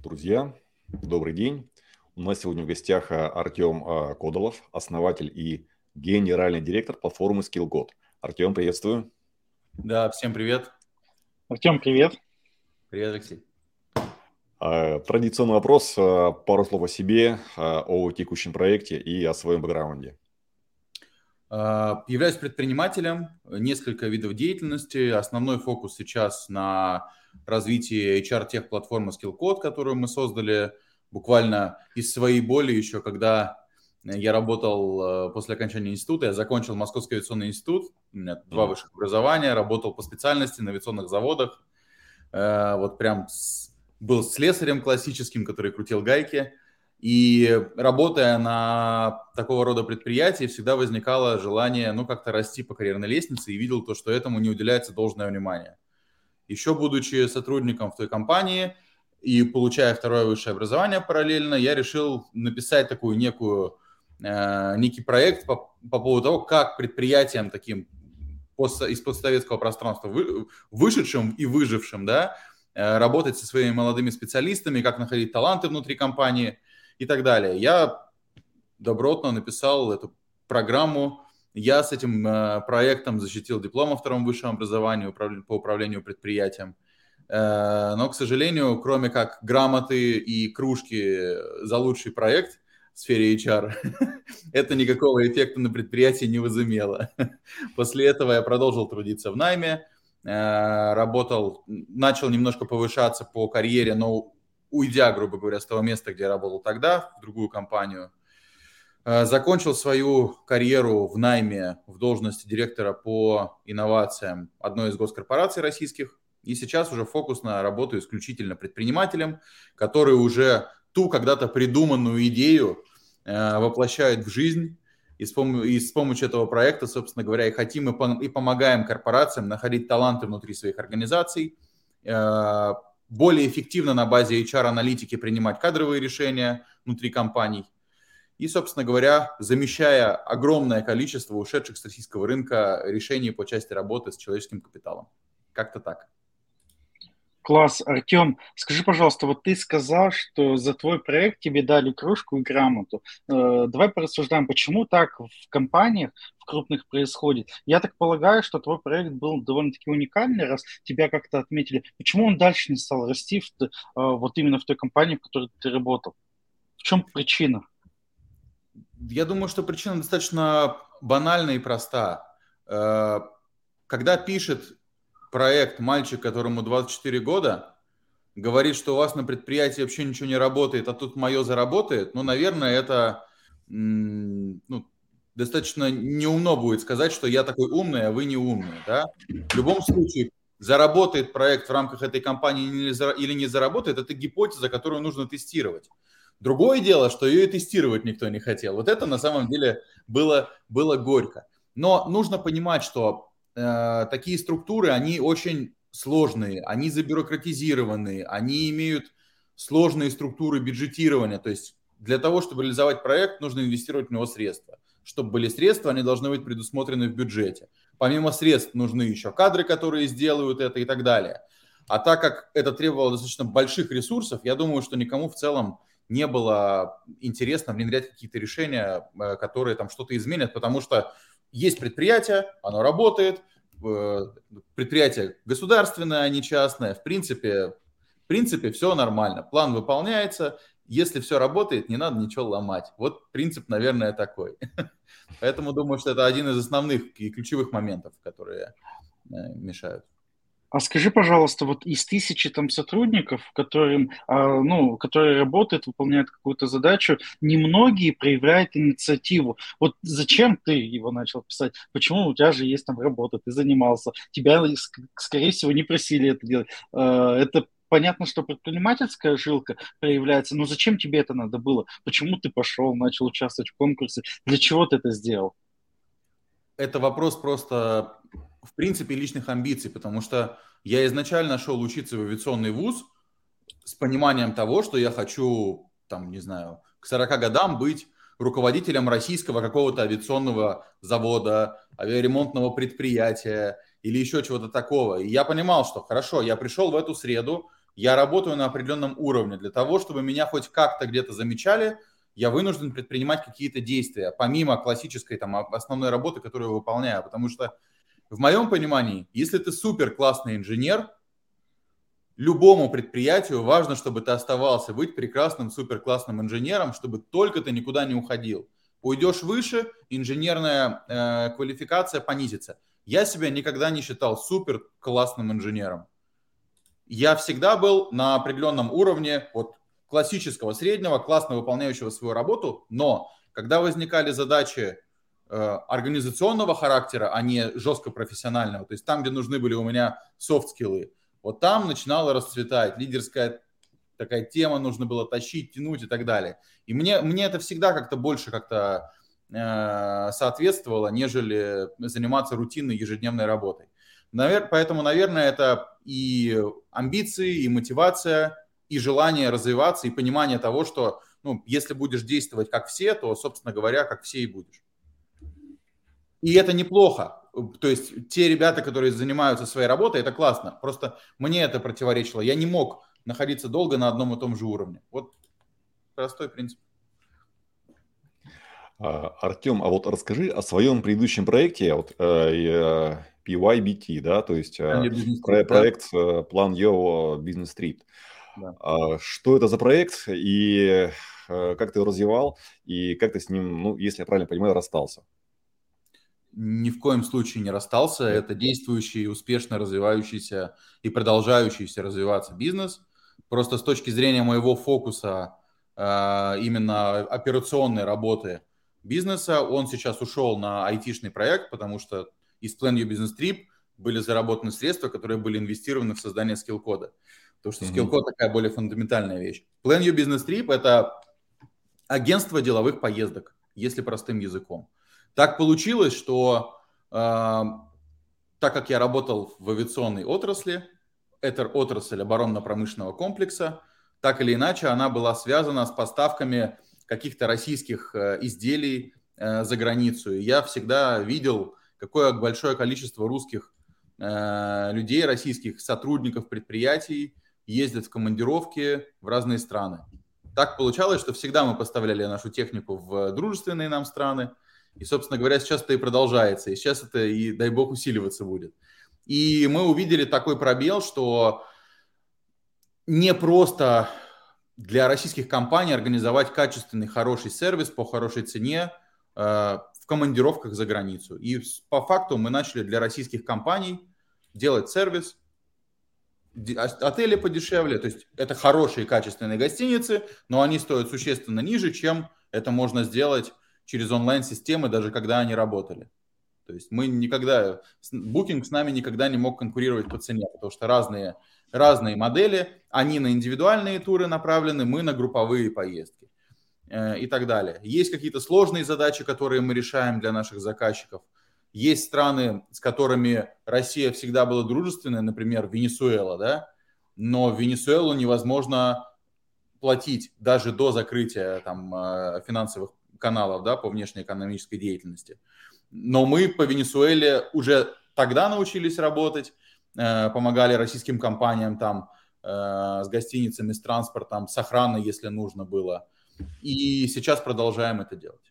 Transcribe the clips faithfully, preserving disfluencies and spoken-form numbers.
Друзья, добрый день. У нас сегодня в гостях а, Артем а, Кодолов, основатель и генеральный директор платформы SkillGod. Артем, приветствую. Да, всем привет. Артем, привет. Привет, Алексей. А, Традиционный вопрос. а, Пару слов о себе, а, о текущем проекте и о своем бэкграунде. А, Являюсь предпринимателем, несколько видов деятельности. Основной фокус сейчас на развитии эйч ар-тех-платформы SkillCode, которую мы создали буквально из своей боли еще, когда я работал э, после окончания института. Я закончил Московский авиационный институт, у меня два Мгм. высших образования, работал по специальности на авиационных заводах. Э, Вот прям с- был слесарем классическим, который крутил гайки. И работая на такого рода предприятии, всегда возникало желание, ну, как-то расти по карьерной лестнице, и видел то, что этому не уделяется должное внимание. Еще будучи сотрудником в той компании и получая второе высшее образование параллельно, я решил написать такую некую, э, некий проект по, по поводу того, как предприятиям таким пост- из постсоветского пространства вы- вышедшим и выжившим, да, э, работать со своими молодыми специалистами, как находить таланты внутри компании и так далее. Я добротно написал эту программу. Я с этим э, проектом защитил диплом о втором высшем образовании управля- по управлению предприятием. Э, но, к сожалению, кроме как грамоты и кружки за лучший проект в сфере эйч ар, это никакого эффекта на предприятии не возымело. После этого я продолжил трудиться в найме, э, работал, начал немножко повышаться по карьере, но уйдя, грубо говоря, с того места, где я работал тогда, в другую компанию. Э, Закончил свою карьеру в найме в должности директора по инновациям одной из госкорпораций российских. И сейчас уже фокусно работаю исключительно предпринимателем, который уже ту когда-то придуманную идею э, воплощает в жизнь. И с, пом- и с помощью этого проекта, собственно говоря, и хотим, и, пом- и помогаем корпорациям находить таланты внутри своих организаций, э, более эффективно на базе эйч ар-аналитики принимать кадровые решения внутри компаний. И, собственно говоря, замещая огромное количество ушедших с российского рынка решений по части работы с человеческим капиталом. Как-то так. Класс. Артем, скажи, пожалуйста, вот ты сказал, что за твой проект тебе дали кружку и грамоту. Э, давай порассуждаем, почему так в компаниях, в крупных происходит. Я так полагаю, что твой проект был довольно-таки уникальный, раз тебя как-то отметили. Почему он дальше не стал расти в, т- э, вот именно в той компании, в которой ты работал? В чем причина? Я думаю, что причина достаточно банальна и проста. Э, Когда пишет проект мальчик, которому двадцать четыре года, говорит, что у вас на предприятии вообще ничего не работает, а тут мое заработает, ну, наверное, это м, ну, достаточно неумно будет сказать, что я такой умный, а вы не умные, да? В любом случае, заработает проект в рамках этой компании или за- или не заработает, это гипотеза, которую нужно тестировать. Другое дело, что ее и тестировать никто не хотел. Вот это на самом деле было, было горько. Но нужно понимать, что э, такие структуры, они очень сложные, они забюрократизированные, они имеют сложные структуры бюджетирования. То есть для того, чтобы реализовать проект, нужно инвестировать в него средства. Чтобы были средства, они должны быть предусмотрены в бюджете. Помимо средств нужны еще кадры, которые сделают это и так далее. А так как это требовало достаточно больших ресурсов, я думаю, что никому в целом не было интересно внедрять какие-то решения, э, которые там что-то изменят, потому что есть предприятие, оно работает, э, предприятие государственное, а не частное. В принципе, в принципе, все нормально. План выполняется. Если все работает, не надо ничего ломать. Вот принцип, наверное, такой. Поэтому думаю, что это один из основных и ключевых моментов, которые э, мешают. А скажи, пожалуйста, вот из тысячи там сотрудников, которым, а, ну, которые работают, выполняют какую-то задачу, немногие проявляют инициативу. Вот зачем ты его начал писать? Почему у тебя же есть там работа, ты занимался, тебя, ск- скорее всего, не просили это делать. А, Это понятно, что предпринимательская жилка проявляется, но зачем тебе это надо было? Почему ты пошел, начал участвовать в конкурсе? Для чего ты это сделал? Это вопрос просто, в принципе, личных амбиций, потому что я изначально шел учиться в авиационный вуз с пониманием того, что я хочу, там, не знаю, к сорока годам быть руководителем российского какого-то авиационного завода, авиаремонтного предприятия или еще чего-то такого. И я понимал, что хорошо, я пришел в эту среду, я работаю на определенном уровне. Для того, чтобы меня хоть как-то где-то замечали, я вынужден предпринимать какие-то действия, помимо классической там, основной работы, которую я выполняю. Потому что в моем понимании, если ты супер классный инженер, любому предприятию важно, чтобы ты оставался быть прекрасным, супер классным инженером, чтобы только ты никуда не уходил. Уйдешь выше, инженерная э, квалификация понизится. Я себя никогда не считал супер классным инженером. Я всегда был на определенном уровне вот, классического, среднего, классно выполняющего свою работу, но когда возникали задачи э, организационного характера, а не жестко профессионального, то есть там, где нужны были у меня софт-скиллы, вот там начинала расцветать лидерская такая тема, нужно было тащить, тянуть и так далее. И мне, мне это всегда как-то больше как-то э, соответствовало, нежели заниматься рутинной ежедневной работой. Навер- поэтому, наверное, это и амбиции, и мотивация, и желание развиваться, и понимание того, что ну, если будешь действовать как все, то, собственно говоря, как все и будешь. И это неплохо. То есть те ребята, которые занимаются своей работой, это классно. Просто мне это противоречило. Я не мог находиться долго на одном и том же уровне. Вот простой принцип. Артем, а вот расскажи о своем предыдущем проекте, вот, э, пи уай би ти, да, то есть э, про- проект да? Plan Yo Business Trip. Да. А, что это за проект и э, как ты его развивал, и как ты с ним, ну, если я правильно понимаю, расстался? Ни в коем случае не расстался. Это действующий, успешно развивающийся и продолжающийся развиваться бизнес. Просто с точки зрения моего фокуса э, именно операционной работы бизнеса, он сейчас ушел на айтишный проект, потому что из Plan Yo Business Trip были заработаны средства, которые были инвестированы в создание скилл-кода. Потому что mm-hmm. скилл-код такая более фундаментальная вещь. Plan Yo Business Trip – это агентство деловых поездок, если простым языком. Так получилось, что э, так как я работал в авиационной отрасли, это отрасль оборонно-промышленного комплекса, так или иначе она была связана с поставками каких-то российских э, изделий э, за границу. И я всегда видел, какое большое количество русских э, людей, российских сотрудников предприятий ездят в командировки в разные страны. Так получалось, что всегда мы поставляли нашу технику в дружественные нам страны. И, собственно говоря, сейчас это и продолжается. И сейчас это, и, дай бог, усиливаться будет. И мы увидели такой пробел, что не просто для российских компаний организовать качественный, хороший сервис по хорошей цене э, в командировках за границу. И по факту мы начали для российских компаний делать сервис, отели подешевле, то есть это хорошие качественные гостиницы, но они стоят существенно ниже, чем это можно сделать через онлайн-системы, даже когда они работали. То есть мы никогда, Booking с нами никогда не мог конкурировать по цене, потому что разные, разные модели, они на индивидуальные туры направлены, мы на групповые поездки э, и так далее. Есть какие-то сложные задачи, которые мы решаем для наших заказчиков. Есть страны, с которыми Россия всегда была дружественной, например, Венесуэла, да, но в Венесуэлу невозможно платить даже до закрытия там, финансовых каналов, да, по внешнеэкономической деятельности. Но мы по Венесуэле уже тогда научились работать, помогали российским компаниям там с гостиницами, с транспортом, с охраной, если нужно было. И сейчас продолжаем это делать.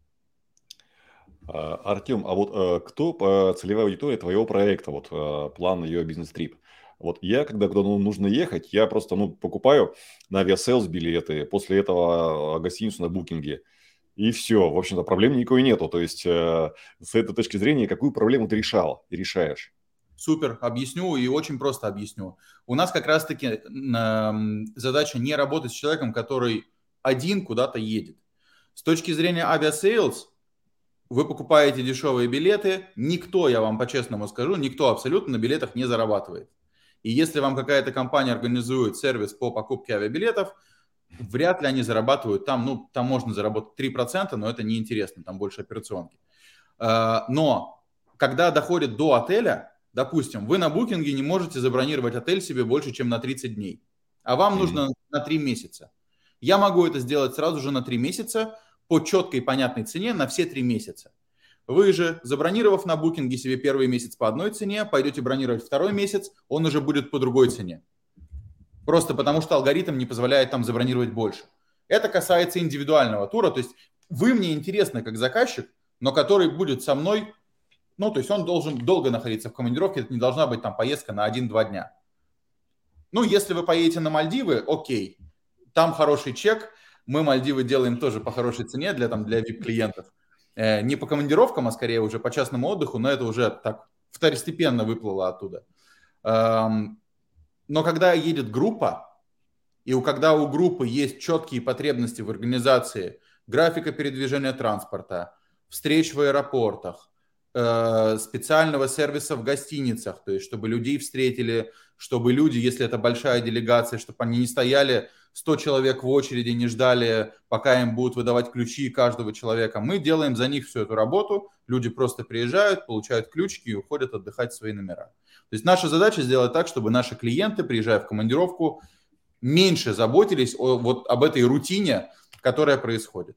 Артем, а вот кто целевая аудитория твоего проекта, вот Plan Yo Business Trip? Вот я, когда куда нужно ехать, я просто ну, покупаю на авиаселс билеты, после этого гостиницу на букинге, и все. В общем-то, проблем никакой нету. То есть, с этой точки зрения, какую проблему ты решал и решаешь? Супер, объясню и очень просто объясню. У нас как раз-таки задача не работать с человеком, который один куда-то едет. С точки зрения авиаселс, вы покупаете дешевые билеты, никто, я вам по-честному скажу, никто абсолютно на билетах не зарабатывает. И если вам какая-то компания организует сервис по покупке авиабилетов, вряд ли они зарабатывают там, ну, там можно заработать три процента, но это неинтересно, там больше операционки. Но когда доходит до отеля, допустим, вы на букинге не можете забронировать отель себе больше, чем на тридцать дней, а вам mm-hmm. нужно на три месяца. Я могу это сделать сразу же на три месяца по четкой и понятной цене на все три месяца. Вы же, забронировав на букинге себе первый месяц по одной цене, пойдете бронировать второй месяц, он уже будет по другой цене. Просто потому что алгоритм не позволяет там забронировать больше. Это касается индивидуального тура, то есть вы мне интересны как заказчик, но который будет со мной, ну, то есть он должен долго находиться в командировке, это не должна быть там поездка на один-два дня. Ну, если вы поедете на Мальдивы, окей, там хороший чек, мы Мальдивы делаем тоже по хорошей цене для, там, для ви ай пи-клиентов. Э, не по командировкам, а скорее уже по частному отдыху, но это уже так второстепенно выплыло оттуда. Эм, но когда едет группа, и у, когда у группы есть четкие потребности в организации графика передвижения транспорта, встреч в аэропортах, э, специального сервиса в гостиницах, то есть чтобы людей встретили, чтобы люди, если это большая делегация, чтобы они не стояли сто человек в очереди, не ждали, пока им будут выдавать ключи каждого человека. Мы делаем за них всю эту работу, люди просто приезжают, получают ключики и уходят отдыхать в свои номера. То есть наша задача сделать так, чтобы наши клиенты, приезжая в командировку, меньше заботились о, вот об этой рутине, которая происходит.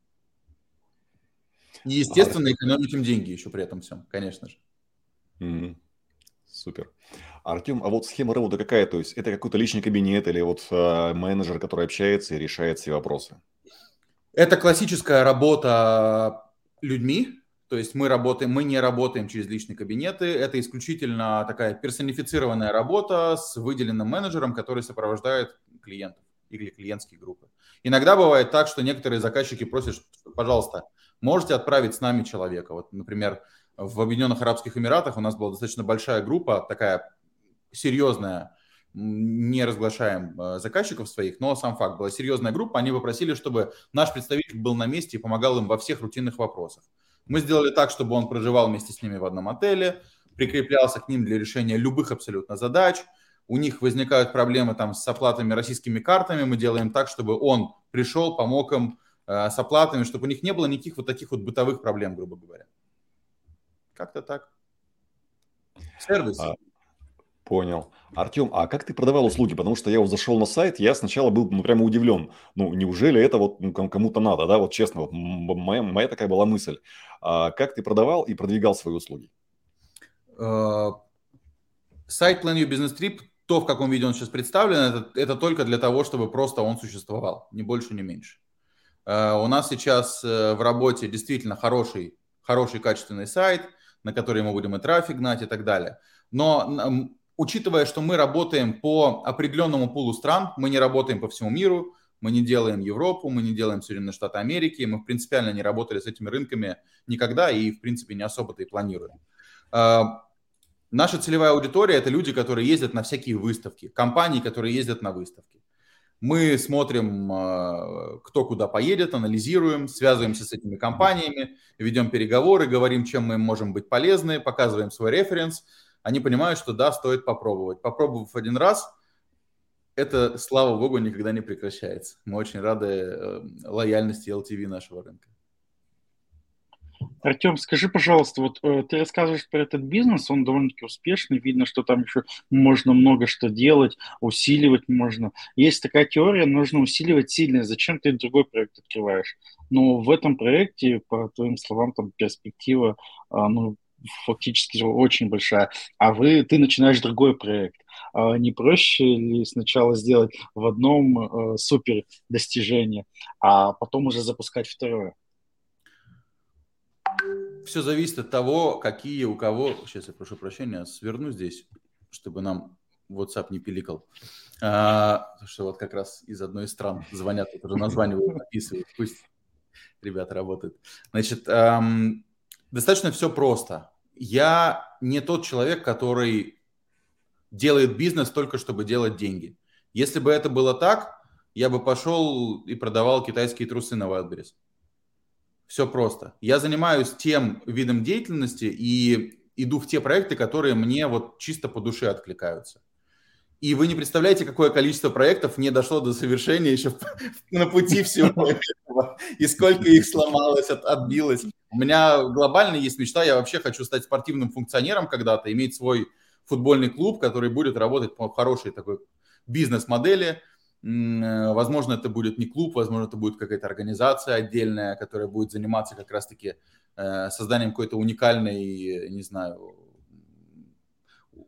И, естественно, Артем... экономить им деньги еще при этом всем, конечно же. Mm-hmm. Супер. Артем, а вот схема работы какая? То есть это какой-то личный кабинет или вот э, менеджер, который общается и решает все вопросы? Это классическая работа людьми. То есть мы работаем, мы не работаем через личные кабинеты. Это исключительно такая персонифицированная работа с выделенным менеджером, который сопровождает клиентов или клиентские группы. Иногда бывает так, что некоторые заказчики просят, что, пожалуйста, можете отправить с нами человека. Вот, например, в Объединенных Арабских Эмиратах у нас была достаточно большая группа, такая серьезная, не разглашаем заказчиков своих, но сам факт, была серьезная группа, они попросили, чтобы наш представитель был на месте и помогал им во всех рутинных вопросах. Мы сделали так, чтобы он проживал вместе с ними в одном отеле, прикреплялся к ним для решения любых абсолютно задач. У них возникают проблемы там с оплатами российскими картами, мы делаем так, чтобы он пришел, помог им э, с оплатами, чтобы у них не было никаких вот таких вот бытовых проблем, грубо говоря. Как-то так. Сервис. А, понял. Артем, а как ты продавал услуги? Потому что я вот зашел на сайт, я сначала был ну, прямо удивлен. Ну, неужели это вот ну, кому-то надо, да? Вот честно, вот моя, моя такая была мысль. А как ты продавал и продвигал свои услуги? Сайт Plan Your Business Trip, то, в каком виде он сейчас представлен, это, это только для того, чтобы просто он существовал, ни больше, ни меньше. У нас сейчас в работе действительно хороший, хороший качественный сайт, на который мы будем и трафик гнать и так далее. Но учитывая, что мы работаем по определенному пулу стран, мы не работаем по всему миру, мы не делаем Европу, мы не делаем Соединенные Штаты Америки, мы принципиально не работали с этими рынками никогда и, в принципе, не особо-то и планируем. Наша целевая аудитория – это люди, которые ездят на всякие выставки, компании, которые ездят на выставки. Мы смотрим, кто куда поедет, анализируем, связываемся с этими компаниями, ведем переговоры, говорим, чем мы им можем быть полезны, показываем свой референс. Они понимают, что да, стоит попробовать. Попробовав один раз, это, слава богу, никогда не прекращается. Мы очень рады лояльности эл ти ви нашего рынка. Артем, скажи, пожалуйста, вот э, ты рассказываешь про этот бизнес, он довольно-таки успешный, видно, что там еще можно много что делать, усиливать можно. Есть такая теория, нужно усиливать сильное, зачем ты другой проект открываешь? Но в этом проекте, по твоим словам, там перспектива, э, ну, фактически очень большая, а вы, ты начинаешь другой проект. А не проще ли сначала сделать в одном э, супер достижение, а потом уже запускать второе? Все зависит от того, какие у кого... Сейчас я прошу прощения, сверну здесь, чтобы нам WhatsApp не пиликал. А, потому что вот как раз из одной из стран звонят, уже название написывают. Пусть ребята работают. Значит, эм, достаточно все просто. Я не тот человек, который делает бизнес только чтобы делать деньги. Если бы это было так, я бы пошел и продавал китайские трусы на Wildberries. Все просто. Я занимаюсь тем видом деятельности и иду в те проекты, которые мне вот чисто по душе откликаются. И вы не представляете, какое количество проектов не дошло до совершения еще на пути всего этого. И сколько их сломалось, от, отбилось. У меня глобально есть мечта. Я вообще хочу стать спортивным функционером когда-то, иметь свой футбольный клуб, который будет работать по хорошей такой бизнес-модели. Возможно, это будет не клуб, возможно, это будет какая-то организация отдельная, которая будет заниматься как раз-таки созданием какой-то уникальной, не знаю,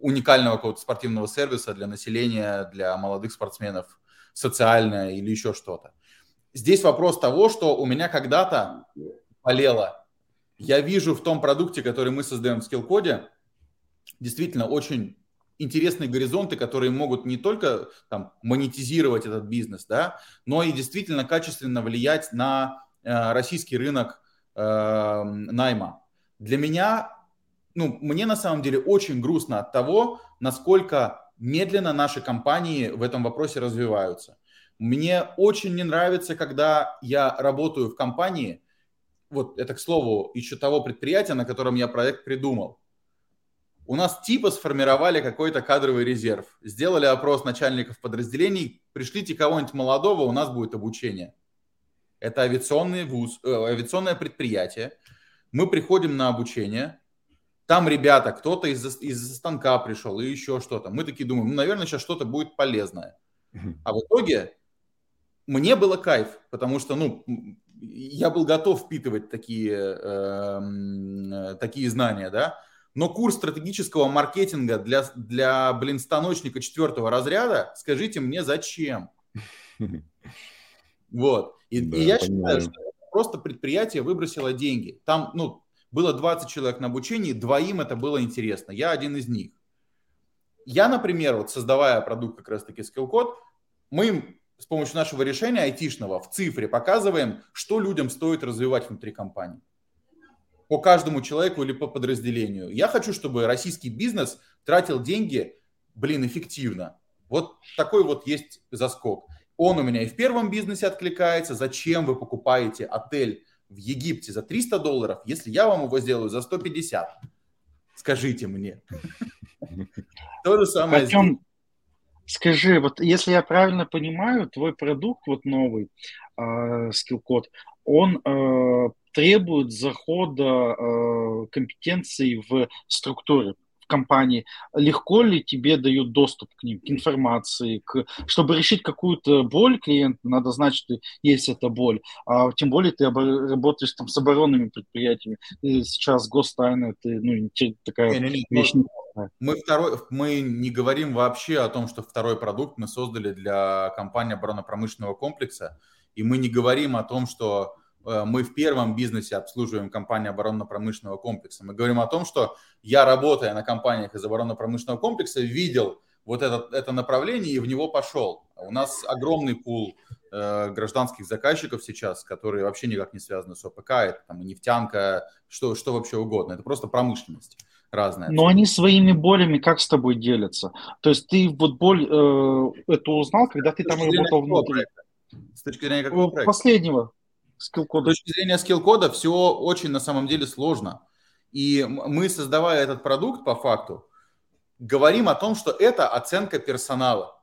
уникального какого-то спортивного сервиса для населения, для молодых спортсменов, социальное или еще что-то. Здесь вопрос того, что у меня когда-то болело. Я вижу в том продукте, который мы создаем в Skillcode, действительно очень интересные горизонты, которые могут не только там монетизировать этот бизнес, да, но и действительно качественно влиять на э, российский рынок э, найма. Для меня, ну, мне на самом деле очень грустно от того, насколько медленно наши компании в этом вопросе развиваются. Мне очень не нравится, когда я работаю в компании, вот это, к слову, еще того предприятия, на котором я проект придумал. У нас типа сформировали какой-то кадровый резерв, сделали опрос начальников подразделений, пришлите кого-нибудь молодого, у нас будет обучение. Это авиационный вуз, э, авиационное предприятие. Мы приходим на обучение, там ребята, кто-то из-за, из-за станка пришел и еще что-то. Мы такие думаем, ну, наверное, сейчас что-то будет полезное. А в итоге мне было кайф, потому что, ну, я был готов впитывать такие, э, такие знания, да. Но курс стратегического маркетинга для, для блин, станочника четвертого разряда, скажите мне, зачем? Вот. И, да, и я понимаю. Считаю, что просто предприятие выбросило деньги. Там, ну, было двадцать человек на обучении, двоим это было интересно. Я один из них. Я, например, вот создавая продукт как раз-таки Skillcode, мы им с помощью нашего решения айтишного в цифре показываем, что людям стоит развивать внутри компании. По каждому человеку или по подразделению. Я хочу, чтобы российский бизнес тратил деньги, блин, эффективно. Вот такой вот есть заскок. Он у меня и в первом бизнесе откликается. Зачем вы покупаете отель в Египте за триста долларов, если я вам его сделаю за сто пятьдесят? Скажите мне. То же самое здесь. Скажи, вот если я правильно понимаю, твой продукт вот новый, э, Skillcode, он э, требует захода э, компетенций в структуры, в компании. Легко ли тебе дают доступ к ним, к информации, к... чтобы решить какую-то боль клиента, надо знать, что есть эта боль. А тем более ты обо... работаешь там с оборонными предприятиями. И сейчас гостайна, ты, ну, такая не, не, не, вещь. Мы, второй, мы не говорим вообще о том, что второй продукт мы создали для компании оборонно-промышленного комплекса, и мы не говорим о том, что э, мы в первом бизнесе обслуживаем компанию оборонно-промышленного комплекса. Мы говорим о том, что я, работая на компаниях из оборонно-промышленного комплекса, видел вот это, это направление и в него пошел. У нас огромный пул э, гражданских заказчиков сейчас, которые вообще никак не связаны с ОПК, это там и нефтянка, что, что вообще угодно, это просто промышленность. Разные. Но они своими болями как с тобой делятся? То есть ты вот боль э, эту узнал, когда ты там работал внутри? С точки зрения какого проекта? Последнего Skillcode. С точки зрения Skillcode все очень на самом деле сложно. И мы, создавая этот продукт по факту, говорим о том, что это оценка персонала.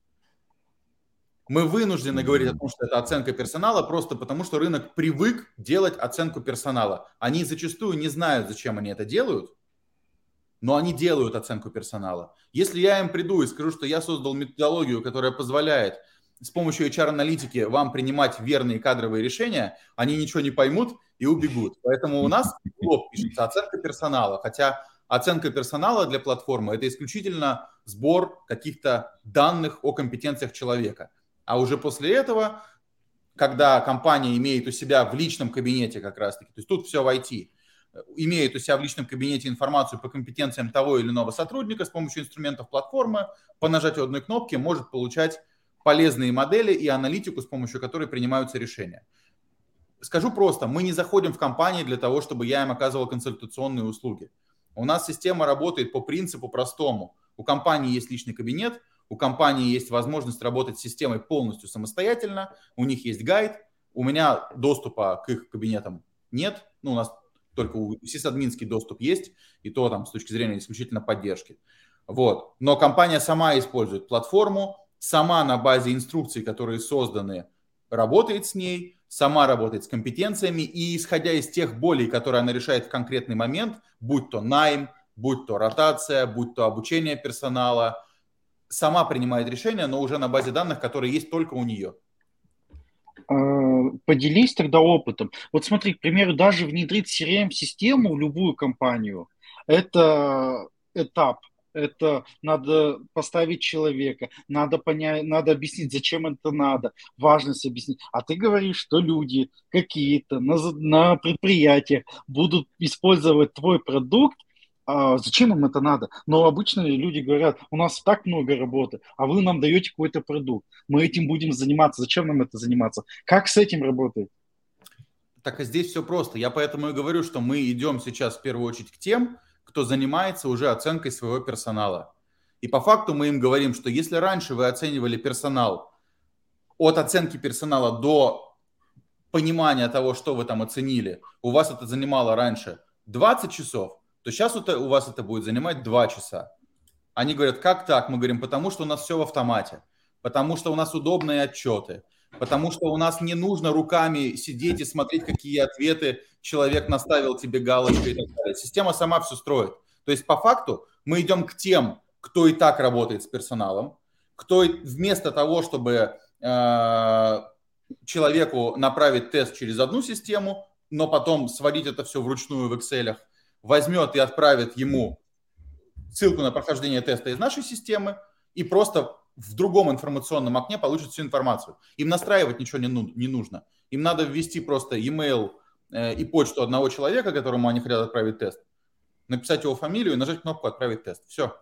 Мы вынуждены говорить о том, что это оценка персонала, просто потому что рынок привык делать оценку персонала. Они зачастую не знают, зачем они это делают, но они делают оценку персонала. Если я им приду и скажу, что я создал методологию, которая позволяет с помощью эйч ар-аналитики вам принимать верные кадровые решения, они ничего не поймут и убегут. Поэтому у нас пишется оценка персонала, хотя оценка персонала для платформы – это исключительно сбор каких-то данных о компетенциях человека. А уже после этого, когда компания имеет у себя в личном кабинете как раз-таки, то есть тут все в ай ти, имеет у себя в личном кабинете информацию по компетенциям того или иного сотрудника с помощью инструментов платформы, по нажатию одной кнопки может получать полезные модели и аналитику, с помощью которой принимаются решения. Скажу просто, мы не заходим в компании для того, чтобы я им оказывал консультационные услуги. У нас система работает по принципу простому. У компании есть личный кабинет, у компании есть возможность работать с системой полностью самостоятельно, у них есть гайд, у меня доступа к их кабинетам нет, ну, у нас только сисадминский доступ есть, и то там с точки зрения исключительно поддержки. Вот. Но компания сама использует платформу, сама на базе инструкций, которые созданы, работает с ней, сама работает с компетенциями, и исходя из тех болей, которые она решает в конкретный момент, будь то найм, будь то ротация, будь то обучение персонала, сама принимает решения, но уже на базе данных, которые есть только у нее. Поделись тогда опытом. Вот смотри, к примеру, даже внедрить си ар эм-систему в любую компанию – это этап. Это надо поставить человека, надо понять, надо объяснить, зачем это надо, важность объяснить. А ты говоришь, что люди какие-то на, за- на предприятиях будут использовать твой продукт, а зачем им это надо? Но обычно люди говорят, у нас так много работы, а вы нам даете какой-то продукт, мы этим будем заниматься, зачем нам это заниматься? Как с этим работать? Так и здесь все просто. Я поэтому и говорю, что мы идем сейчас в первую очередь к тем, кто занимается уже оценкой своего персонала. И по факту мы им говорим, что если раньше вы оценивали персонал от оценки персонала до понимания того, что вы там оценили, у вас это занимало раньше двадцать часов, то сейчас у вас это будет занимать два часа. Они говорят, как так? Мы говорим, потому что у нас все в автомате, потому что у нас удобные отчеты, потому что у нас не нужно руками сидеть и смотреть, какие ответы человек наставил тебе галочкой и так далее. Система сама все строит. То есть по факту мы идем к тем, кто и так работает с персоналом, кто вместо того, чтобы э, человеку направить тест через одну систему, но потом сводить это все вручную в Excel, возьмет и отправит ему ссылку на прохождение теста из нашей системы и просто в другом информационном окне получит всю информацию. Им настраивать ничего не, ну, не нужно. Им надо ввести просто e-mail э, и почту одного человека, которому они хотят отправить тест, написать его фамилию и нажать кнопку «Отправить тест». Все.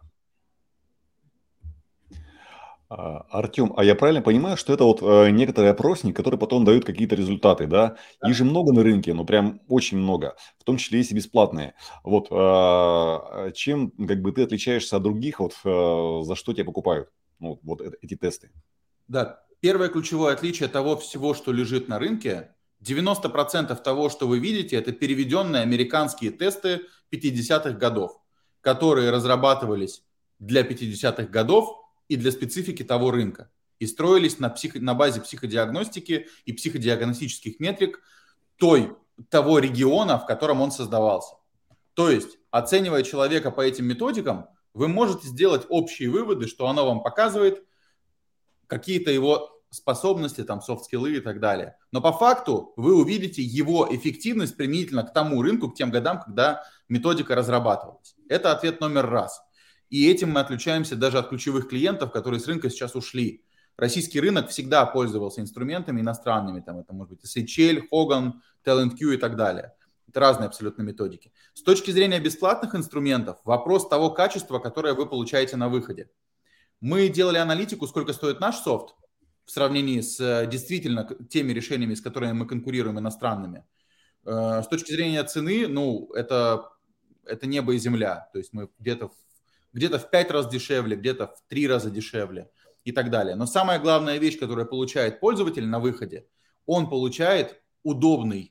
Артем, а я правильно понимаю, что это вот э, некоторый опросник, который потом дает какие-то результаты, да? Их же много на рынке, ну прям очень много, в том числе есть и бесплатные. Вот э, чем как бы ты отличаешься от других, вот э, за что тебя покупают, ну, вот это, эти тесты? Да, первое ключевое отличие того всего, что лежит на рынке, девяносто процентов того, что вы видите, это переведенные американские тесты пятидесятых годов, которые разрабатывались для пятидесятых годов и для специфики того рынка. И строились на, психо, на базе психодиагностики и психодиагностических метрик той, того региона, в котором он создавался. То есть, оценивая человека по этим методикам, вы можете сделать общие выводы, что оно вам показывает какие-то его способности, там, софт-скиллы и так далее. Но по факту вы увидите его эффективность применительно к тому рынку, к тем годам, когда методика разрабатывалась. Это ответ номер раз. И этим мы отличаемся даже от ключевых клиентов, которые с рынка сейчас ушли. Российский рынок всегда пользовался инструментами иностранными. Там это может быть эс эйч эл, Hogan, TalentQ и так далее. Это разные абсолютно методики. С точки зрения бесплатных инструментов, вопрос того качества, которое вы получаете на выходе. Мы делали аналитику, сколько стоит наш софт в сравнении с действительно теми решениями, с которыми мы конкурируем иностранными. С точки зрения цены, ну, это, это небо и земля. То есть мы где-то в где-то в пять раз дешевле, где-то в три раза дешевле и так далее. Но самая главная вещь, которую получает пользователь на выходе, он получает удобный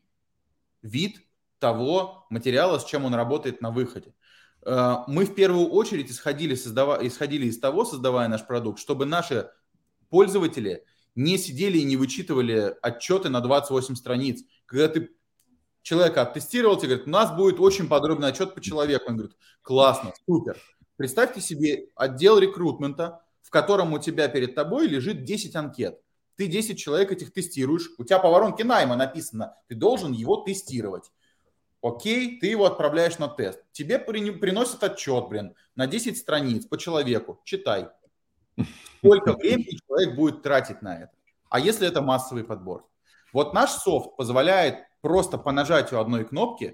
вид того материала, с чем он работает на выходе. Мы в первую очередь исходили, создава... исходили из того, создавая наш продукт, чтобы наши пользователи не сидели и не вычитывали отчеты на двадцать восемь страниц. Когда ты человека оттестировал, тебе говорят, у нас будет очень подробный отчет по человеку. Он говорит, классно, супер. Представьте себе отдел рекрутмента, в котором у тебя перед тобой лежит десять анкет. Ты десять человек этих тестируешь. У тебя по воронке найма написано, ты должен его тестировать. Окей, ты его отправляешь на тест. Тебе при, приносят отчет, блин, на десять страниц по человеку. Читай. Сколько времени человек будет тратить на это? А если это массовый подбор? Вот наш софт позволяет просто по нажатию одной кнопки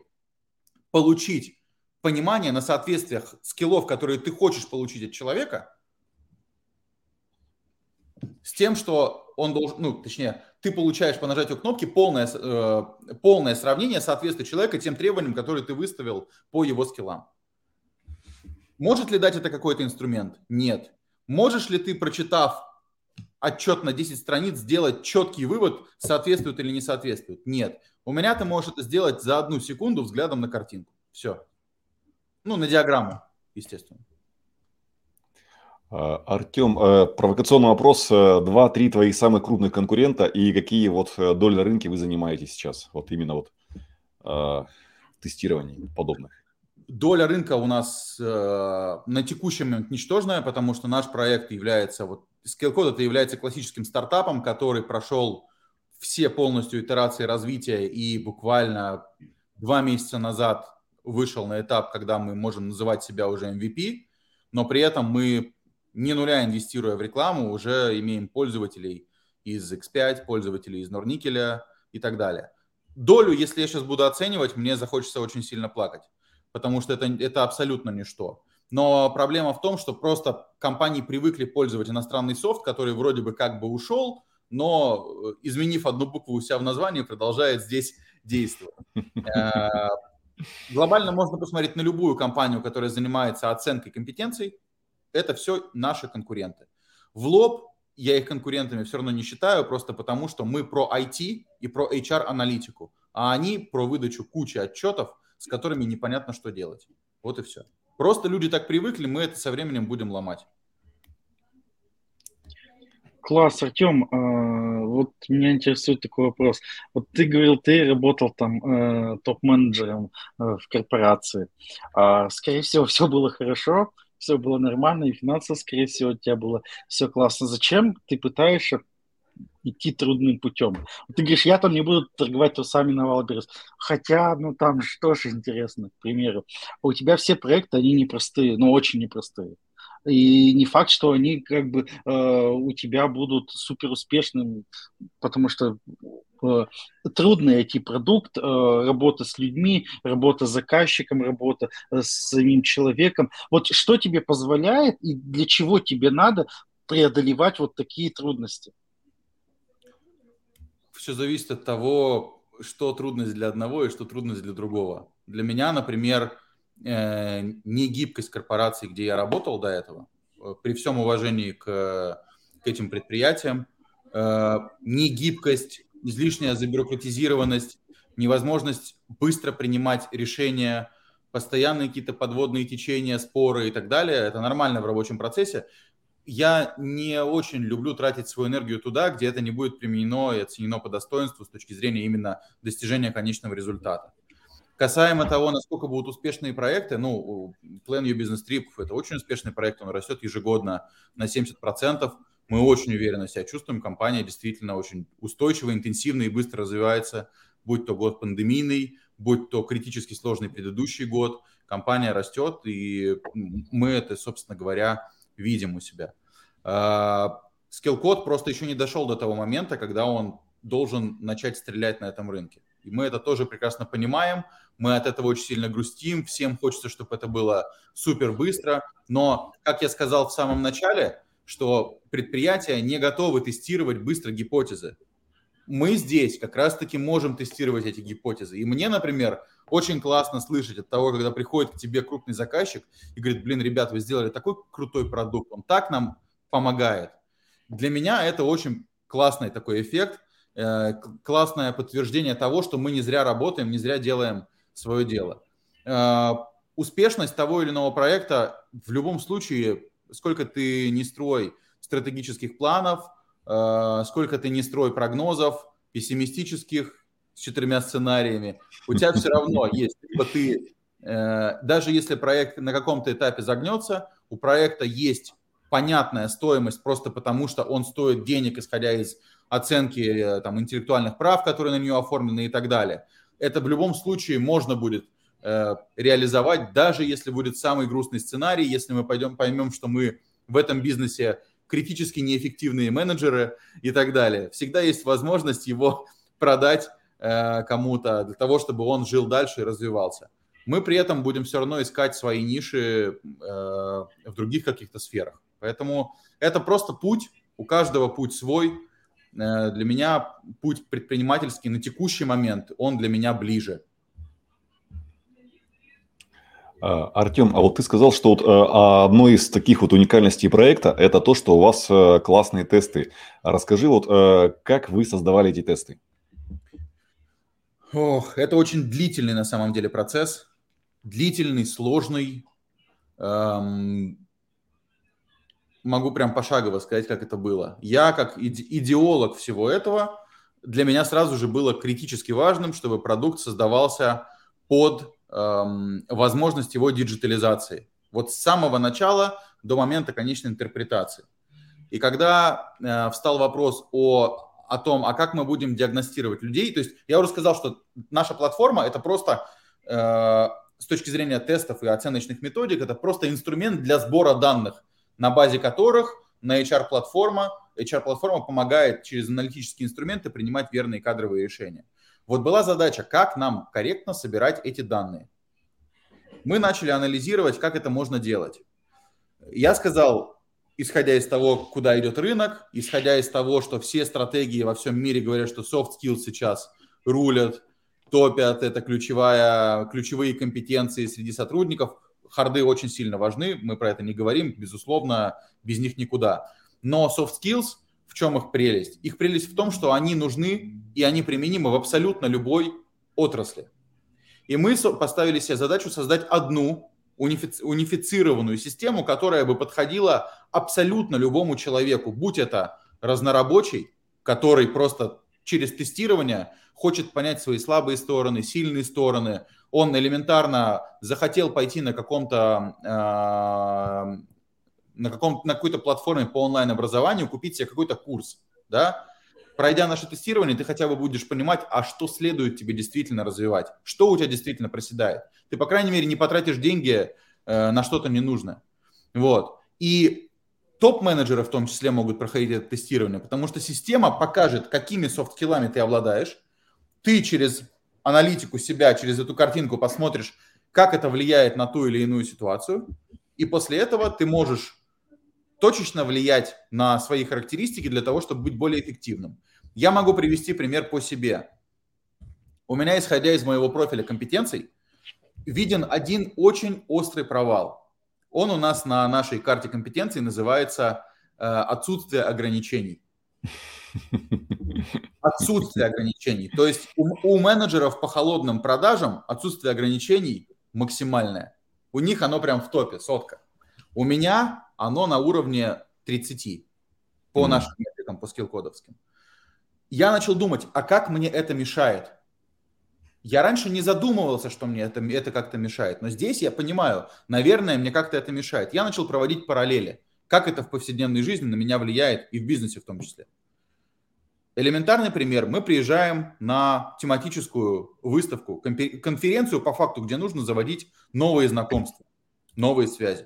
получить понимание на соответствиях скиллов, которые ты хочешь получить от человека, с тем, что он должен, ну, точнее, ты получаешь по нажатию кнопки полное, э, полное сравнение соответствия человека тем требованиям, которые ты выставил по его скиллам. Может ли дать это какой-то инструмент? Нет. Можешь ли ты, прочитав отчет на десять страниц, сделать четкий вывод, соответствует или не соответствует? Нет. У меня ты можешь это сделать за одну секунду взглядом на картинку. Все. Ну, на диаграмму, естественно. Артем, провокационный вопрос. Два-три твоих самых крупных конкурента и какие вот доли на рынке вы занимаете сейчас? Вот именно вот э, тестирований подобных. Доля рынка у нас э, на текущий момент ничтожная, потому что наш проект является, вот Skillcode это является классическим стартапом, который прошел все полностью итерации развития и буквально два месяца назад вышел на этап, когда мы можем называть себя уже эм ви пи. но при этом мы, не нуля инвестируя в рекламу, уже имеем пользователей из икс пять, пользователей из Норникеля и так далее. Долю, если я сейчас буду оценивать, мне захочется очень сильно плакать, потому что это, это абсолютно ничто. Но проблема в том, что просто компании привыкли пользовать иностранный софт, который вроде бы как бы ушел, но, изменив одну букву у себя в названии, продолжает здесь действовать. Глобально можно посмотреть на любую компанию, которая занимается оценкой компетенций. Это все наши конкуренты. В лоб я их конкурентами все равно не считаю, просто потому что мы про ай ти и про эйч ар-аналитику, а они про выдачу кучи отчетов, с которыми непонятно, что делать. Вот и все. Просто люди так привыкли, мы это со временем будем ломать. Класс, Артем, э, вот меня интересует такой вопрос. Вот ты говорил, ты работал там э, топ-менеджером э, в корпорации. А, скорее всего, все было хорошо, все было нормально, и финансово, скорее всего, у тебя было все классно. Зачем ты пытаешься идти трудным путем? Вот ты говоришь, я там не буду торговать трусами на Валберес. Хотя, ну там что ж интересно, к примеру. У тебя все проекты, они непростые, ну очень непростые. И не факт, что они как бы э, у тебя будут супер успешными, потому что э, трудный ай ти-продукт, э, работа с людьми, работа с заказчиком, работа э, с самим человеком. Вот что тебе позволяет и для чего тебе надо преодолевать вот такие трудности? Все зависит от того, что трудность для одного и что трудность для другого. Для меня, например, не гибкость корпораций, где я работал до этого, при всем уважении к, к этим предприятиям, не гибкость, излишняя забюрократизированность, невозможность быстро принимать решения, постоянные какие-то подводные течения, споры и так далее, это нормально в рабочем процессе. Я не очень люблю тратить свою энергию туда, где это не будет применено и оценено по достоинству с точки зрения именно достижения конечного результата. Касаемо того, насколько будут успешные проекты, ну, Plan Your Business Trip – это очень успешный проект, он растет ежегодно на семьдесят процентов. Мы очень уверенно себя чувствуем, компания действительно очень устойчиво, интенсивно и быстро развивается, будь то год пандемийный, будь то критически сложный предыдущий год. Компания растет, и мы это, собственно говоря, видим у себя. Skillcode просто еще не дошел до того момента, когда он должен начать стрелять на этом рынке. И мы это тоже прекрасно понимаем, мы от этого очень сильно грустим, всем хочется, чтобы это было супер быстро, но, как я сказал в самом начале, что предприятия не готовы тестировать быстро гипотезы. Мы здесь как раз-таки можем тестировать эти гипотезы. И мне, например, очень классно слышать от того, когда приходит к тебе крупный заказчик и говорит, блин, ребят, вы сделали такой крутой продукт, он так нам помогает. Для меня это очень классный такой эффект, э, классное подтверждение того, что мы не зря работаем, не зря делаем свое дело. Э, успешность того или иного проекта в любом случае, сколько ты не строй стратегических планов, э, сколько ты не строй прогнозов, пессимистических, с четырьмя сценариями, у тебя все равно есть, либо ты, э, даже если проект на каком-то этапе загнется, у проекта есть понятная стоимость просто потому, что он стоит денег, исходя из оценки там, интеллектуальных прав, которые на нее оформлены и так далее. Это в любом случае можно будет э, реализовать, даже если будет самый грустный сценарий, если мы пойдем, поймем, что мы в этом бизнесе критически неэффективные менеджеры и так далее. Всегда есть возможность его продать э, кому-то для того, чтобы он жил дальше и развивался. Мы при этом будем все равно искать свои ниши э, в других каких-то сферах. Поэтому это просто путь, у каждого путь свой. Для меня путь предпринимательский на текущий момент, он для меня ближе. Артем, а вот ты сказал, что вот одно из таких вот уникальностей проекта – это то, что у вас классные тесты. Расскажи, вот как вы создавали эти тесты? Ох, это очень длительный на самом деле процесс. Длительный, сложный. Эм... Могу прям пошагово сказать, как это было. Я, как идеолог всего этого, для меня сразу же было критически важным, чтобы продукт создавался под эм, возможность его диджитализации. Вот с самого начала до момента конечной интерпретации. И когда э, встал вопрос о, о том, а как мы будем диагностировать людей, то есть я уже сказал, что наша платформа – это просто э, с точки зрения тестов и оценочных методик, это просто инструмент для сбора данных, на базе которых на эйч ар-платформа, эйч ар-платформа помогает через аналитические инструменты принимать верные кадровые решения. Вот была задача, как нам корректно собирать эти данные. Мы начали анализировать, как это можно делать. Я сказал, исходя из того, куда идет рынок, исходя из того, что все стратегии во всем мире говорят, что soft skills сейчас рулят, топят, это ключевая, ключевые компетенции среди сотрудников. Харды очень сильно важны, мы про это не говорим, безусловно, без них никуда. Но soft skills, в чем их прелесть? Их прелесть в том, что они нужны и они применимы в абсолютно любой отрасли. И мы поставили себе задачу создать одну унифици- унифицированную систему, которая бы подходила абсолютно любому человеку, будь это разнорабочий, который просто через тестирование хочет понять свои слабые стороны, сильные стороны. Он элементарно захотел пойти на каком-то, э, на, каком, на какой-то платформе по онлайн-образованию, купить себе какой-то курс, да? Пройдя наше тестирование, ты хотя бы будешь понимать, а что следует тебе действительно развивать, что у тебя действительно проседает. Ты, по крайней мере, не потратишь деньги э, на что-то ненужное. Вот. И топ-менеджеры в том числе могут проходить это тестирование, потому что система покажет, какими софт-скиллами ты обладаешь. Ты через аналитику себя, через эту картинку посмотришь, как это влияет на ту или иную ситуацию. И после этого ты можешь точечно влиять на свои характеристики для того, чтобы быть более эффективным. Я могу привести пример по себе. У меня, исходя из моего профиля компетенций, виден один очень острый провал. Он у нас на нашей карте компетенций называется э, отсутствие ограничений. Отсутствие ограничений. То есть у, у менеджеров по холодным продажам отсутствие ограничений максимальное. У них оно прям в топе, сотка. У меня оно на уровне тридцать по mm-hmm. нашим метрикам, по скилл-кодовским. Я начал думать, а как мне это мешает? Я раньше не задумывался, что мне это, это как-то мешает, но здесь я понимаю, наверное, мне как-то это мешает. Я начал проводить параллели, как это в повседневной жизни на меня влияет и в бизнесе в том числе. Элементарный пример. Мы приезжаем на тематическую выставку, конференцию по факту, где нужно заводить новые знакомства, новые связи.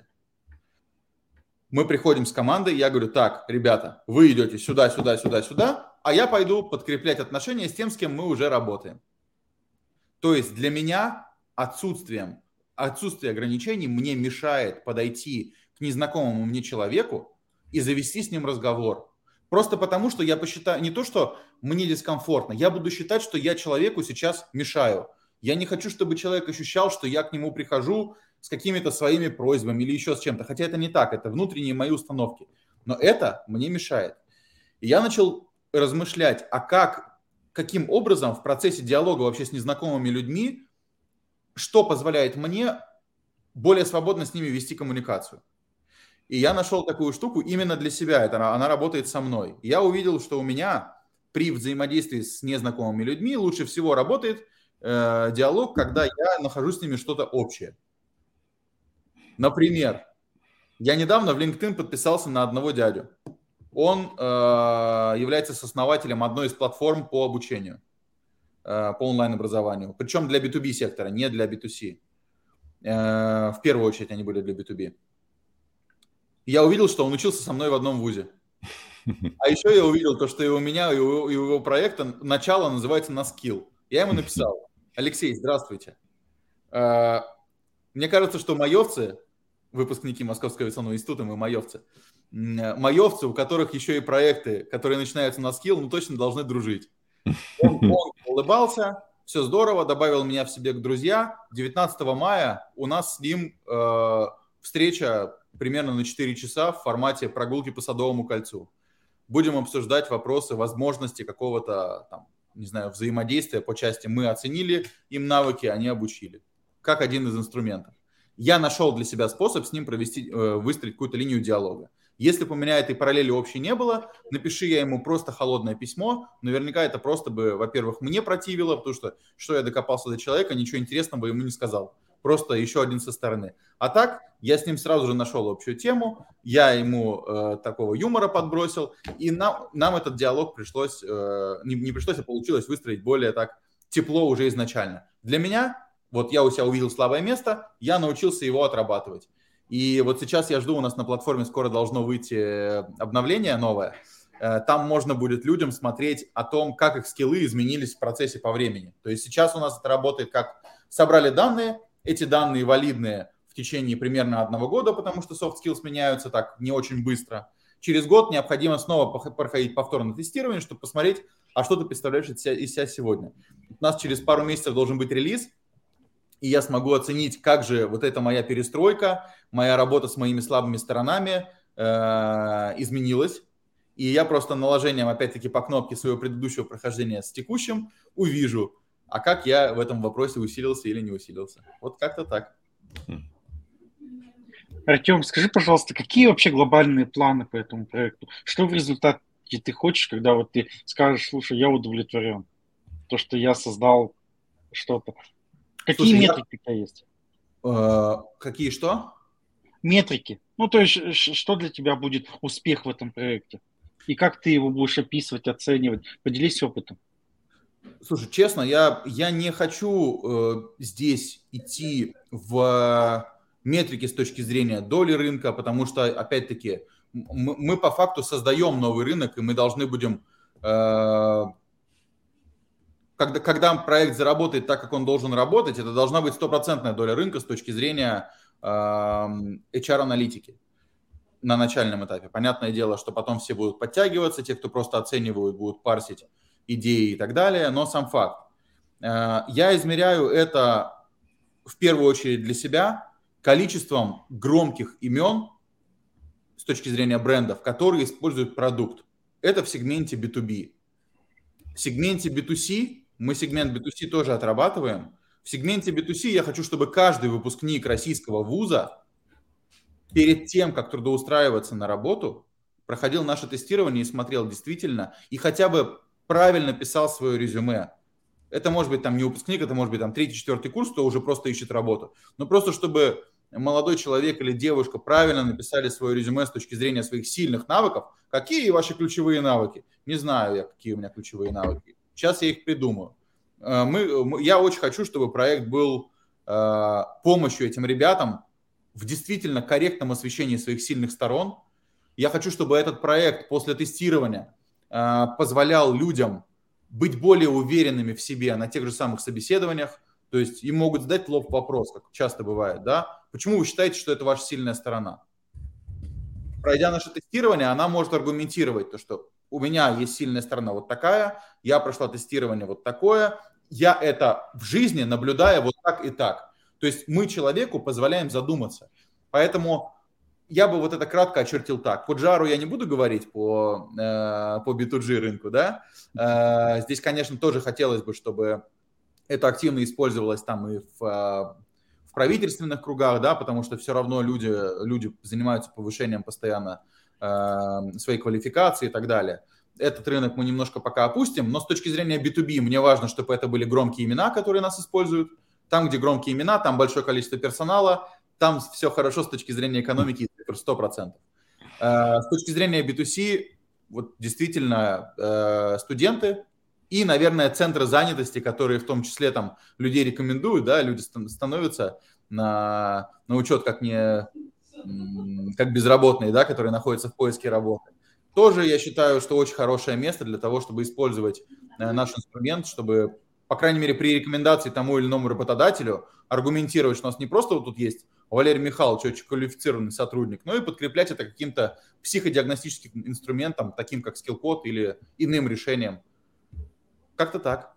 Мы приходим с командой, я говорю, так, ребята, вы идете сюда, сюда, сюда, сюда, а я пойду подкреплять отношения с тем, с кем мы уже работаем. То есть для меня отсутствием, отсутствие ограничений мне мешает подойти к незнакомому мне человеку и завести с ним разговор. Просто потому, что я посчитаю, не то, что мне дискомфортно, я буду считать, что я человеку сейчас мешаю. Я не хочу, чтобы человек ощущал, что я к нему прихожу с какими-то своими просьбами или еще с чем-то. Хотя это не так, это внутренние мои установки. Но это мне мешает. И я начал размышлять, а как, каким образом в процессе диалога вообще с незнакомыми людьми, что позволяет мне более свободно с ними вести коммуникацию. И я нашел такую штуку именно для себя, это, она работает со мной. И я увидел, что у меня при взаимодействии с незнакомыми людьми лучше всего работает э, диалог, когда я нахожу с ними что-то общее. Например, я недавно в LinkedIn подписался на одного дядю. Он э, является сооснователем одной из платформ по обучению, э, по онлайн-образованию. Причем для би ту би сектора, не для би ту си. Э, в первую очередь они были для би ту би. Я увидел, что он учился со мной в одном вузе. А еще я увидел то, что и у меня, и у, и у его проекта начало называется на скилл. Я ему написал: Алексей, здравствуйте. Э, мне кажется, что маевцы, выпускники Московского авиационного института, мы маевцы, маевцы, у которых еще и проекты, которые начинаются на скилл, ну точно должны дружить. Он, он улыбался, все здорово, добавил меня в себе к друзьям. девятнадцатого мая у нас с ним э, встреча примерно на четыре часа в формате прогулки по Садовому кольцу. Будем обсуждать вопросы возможности какого-то, там, не знаю, взаимодействия по части. Мы оценили им навыки, они обучили. Как один из инструментов. Я нашел для себя способ с ним провести, э, выстроить какую-то линию диалога. Если бы у меня этой параллели общей не было, напиши я ему просто холодное письмо. Наверняка это просто бы, во-первых, мне противило, потому что, что я докопался до человека, ничего интересного ему не сказал. Просто еще один со стороны. А так, я с ним сразу же нашел общую тему, я ему э, такого юмора подбросил, и нам, нам этот диалог пришлось, э, не, не пришлось, а получилось выстроить более так тепло уже изначально. Для меня Вот я у себя увидел слабое место, я научился его отрабатывать. И вот сейчас я жду, у нас на платформе скоро должно выйти обновление новое. Там можно будет людям смотреть о том, как их скиллы изменились в процессе по времени. То есть сейчас у нас это работает как собрали данные, эти данные валидные в течение примерно одного года, потому что soft skills меняются так не очень быстро. Через год необходимо снова проходить повторное тестирование, чтобы посмотреть, а что ты представляешь из себя, из себя сегодня. У нас через пару месяцев должен быть релиз, и я смогу оценить, как же вот эта моя перестройка, моя работа с моими слабыми сторонами э, изменилась. И я просто наложением, опять-таки, по кнопке своего предыдущего прохождения с текущим увижу, а как я в этом вопросе усилился или не усилился. Вот как-то так. Артем, скажи, пожалуйста, какие вообще глобальные планы по этому проекту? Что в результате ты хочешь, когда вот ты скажешь, слушай, я удовлетворен, то, что я создал что-то? Какие Слушай, метрики я... у тебя есть? Э, какие что? Метрики. Ну, то есть, что для тебя будет успех в этом проекте? И как ты его будешь описывать, оценивать? Поделись опытом. Слушай, честно, я, я не хочу э, здесь идти в метрики с точки зрения доли рынка, потому что, опять-таки, мы, мы по факту создаем новый рынок, и мы должны будем... Э, когда, когда проект заработает так, как он должен работать, это должна быть стопроцентная доля рынка с точки зрения э, эйч ар-аналитики на начальном этапе. Понятное дело, что потом все будут подтягиваться, те, кто просто оценивают, будут парсить идеи и так далее, но сам факт. Я измеряю это в первую очередь для себя количеством громких имен с точки зрения брендов, которые используют продукт. Это в сегменте би ту би. В сегменте би ту си, мы сегмент би ту си тоже отрабатываем. В сегменте би ту си я хочу, чтобы каждый выпускник российского вуза перед тем, как трудоустраиваться на работу, проходил наше тестирование и смотрел действительно, и хотя бы правильно писал свое резюме. Это может быть там не выпускник, это может быть там третий, четвертый курс, кто уже просто ищет работу. Но просто чтобы молодой человек или девушка правильно написали свое резюме с точки зрения своих сильных навыков. Какие ваши ключевые навыки? Не знаю я, какие у меня ключевые навыки. Сейчас я их придумаю. Мы, я очень хочу, чтобы проект был э, помощью этим ребятам в действительно корректном освещении своих сильных сторон. Я хочу, чтобы этот проект после тестирования э, позволял людям быть более уверенными в себе на тех же самых собеседованиях. То есть им могут задать в лоб вопрос, как часто бывает, да? Почему вы считаете, что это ваша сильная сторона? Пройдя наше тестирование, она может аргументировать то, что у меня есть сильная сторона вот такая, я прошла тестирование вот такое, я это в жизни наблюдаю вот так и так. То есть мы человеку позволяем задуматься. Поэтому я бы вот это кратко очертил так. По джару я не буду говорить по, э, по би ту джи рынку, да. Э, здесь, конечно, тоже хотелось бы, чтобы это активно использовалось там и в, в правительственных кругах, да, потому что все равно люди, люди занимаются повышением постоянно э, своей квалификации и так далее. Этот рынок мы немножко пока опустим, но с точки зрения би ту би мне важно, чтобы это были громкие имена, которые нас используют. Там, где громкие имена, там большое количество персонала, там все хорошо с точки зрения экономики, сто процентов. Э, с точки зрения би ту си, вот действительно э, студенты и, наверное, центры занятости, которые в том числе там людей рекомендуют, да, люди становятся на, на учет как, не, как безработные, да, которые находятся в поиске работы. Тоже я считаю, что очень хорошее место для того, чтобы использовать э, наш инструмент, чтобы, по крайней мере, при рекомендации тому или иному работодателю аргументировать, что у нас не просто вот тут есть Валерий Михайлович, очень квалифицированный сотрудник, но и подкреплять это каким-то психодиагностическим инструментом, таким как скилл-код или иным решением. Как-то так.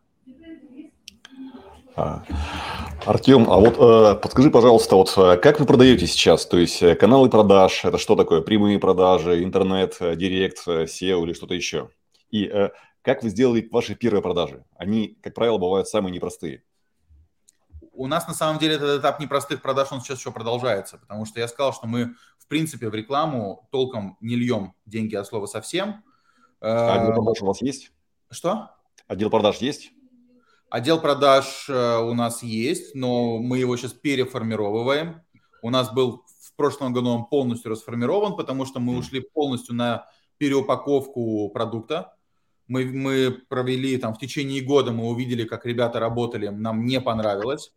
А, Артем, а вот э, подскажи, пожалуйста, вот как вы продаете сейчас? То есть каналы продаж, это что такое? Прямые продажи, интернет, директ, сео или что-то еще? И э, как вы сделали ваши первые продажи? Они, как правило, бывают самые непростые. У нас, на самом деле, этот этап непростых продаж, он сейчас еще продолжается, потому что я сказал, что мы, в принципе, в рекламу толком не льем деньги от слова совсем. А отдел продаж у вас есть? Что? Отдел продаж есть? Отдел продаж у нас есть, но мы его сейчас переформировываем. У нас был в прошлом году он полностью расформирован, потому что мы ушли полностью на переупаковку продукта. Мы, мы провели там в течение года, мы увидели, как ребята работали, нам не понравилось.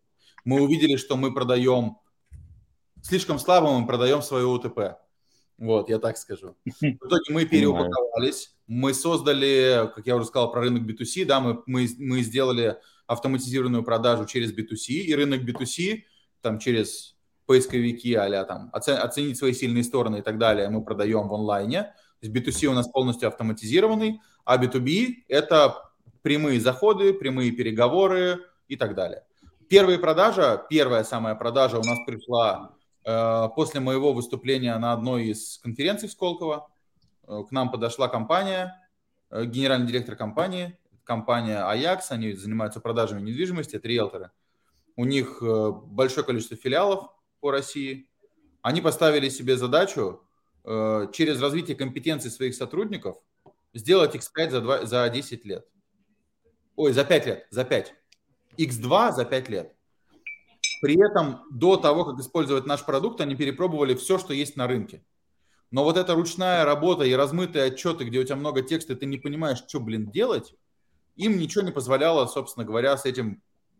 Мы увидели, что мы продаем слишком слабо, мы продаем свое УТП. Вот, я так скажу. В итоге мы переупаковались, мы создали, как я уже сказал, про рынок би ту си, да, мы, мы, мы сделали автоматизированную продажу через би ту си, и рынок би ту си, там, через поисковики, а-ля там, оценить свои сильные стороны и так далее, мы продаем в онлайне. То есть би ту си у нас полностью автоматизированный, а би ту би – это прямые заходы, прямые переговоры и так далее. Первая продажа, первая самая продажа у нас пришла после моего выступления на одной из конференций в Сколково. К нам подошла компания, генеральный директор компании, компания Ajax, они занимаются продажами недвижимости, это риэлторы. У них большое количество филиалов по России. Они поставили себе задачу через развитие компетенций своих сотрудников сделать икс пять за, два, за десять лет. Ой, за пять лет, за пять. икс два за пять лет. При этом до того, как использовать наш продукт, они перепробовали все, что есть на рынке. Но вот эта ручная работа и размытые отчеты, где у тебя много текста, и ты не понимаешь, что, блин, делать, им ничего не позволяло, собственно говоря, с этим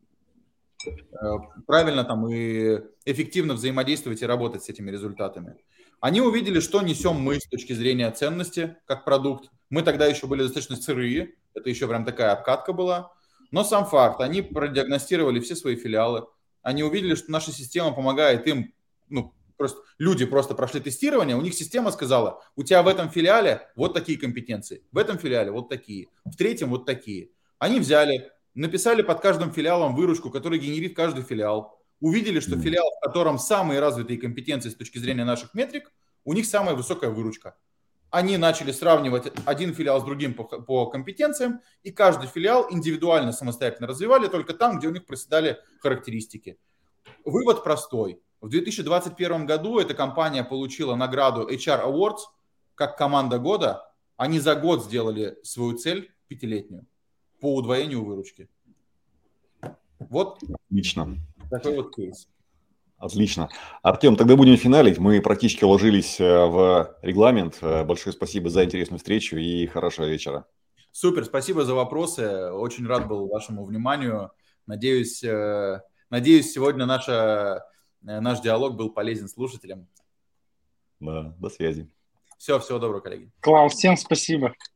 э, правильно там и эффективно взаимодействовать и работать с этими результатами. Они увидели, что несем мы с точки зрения ценности как продукт. Мы тогда еще были достаточно сырые, это еще прям такая обкатка была. Но сам факт, они продиагностировали все свои филиалы, они увидели, что наша система помогает им, ну, просто люди просто прошли тестирование, у них система сказала, у тебя в этом филиале вот такие компетенции, в этом филиале вот такие, в третьем вот такие. Они взяли, написали под каждым филиалом выручку, которая генерит каждый филиал, увидели, что филиал, в котором самые развитые компетенции с точки зрения наших метрик, у них самая высокая выручка. Они начали сравнивать один филиал с другим по, по компетенциям, и каждый филиал индивидуально, самостоятельно развивали только там, где у них проседали характеристики. Вывод простой. В две тысячи двадцать первом году эта компания получила награду эйч ар Awards как команда года. Они за год сделали свою цель пятилетнюю по удвоению выручки. Вот. Отлично. Такой вот кейс. Отлично. Артем, тогда будем финалить. Мы практически уложились в регламент. Большое спасибо за интересную встречу и хорошего вечера. Супер, спасибо за вопросы. Очень рад был вашему вниманию. Надеюсь, надеюсь сегодня наша, наш диалог был полезен слушателям. Да, до связи. Все, всего доброго, коллеги. Класс, всем спасибо.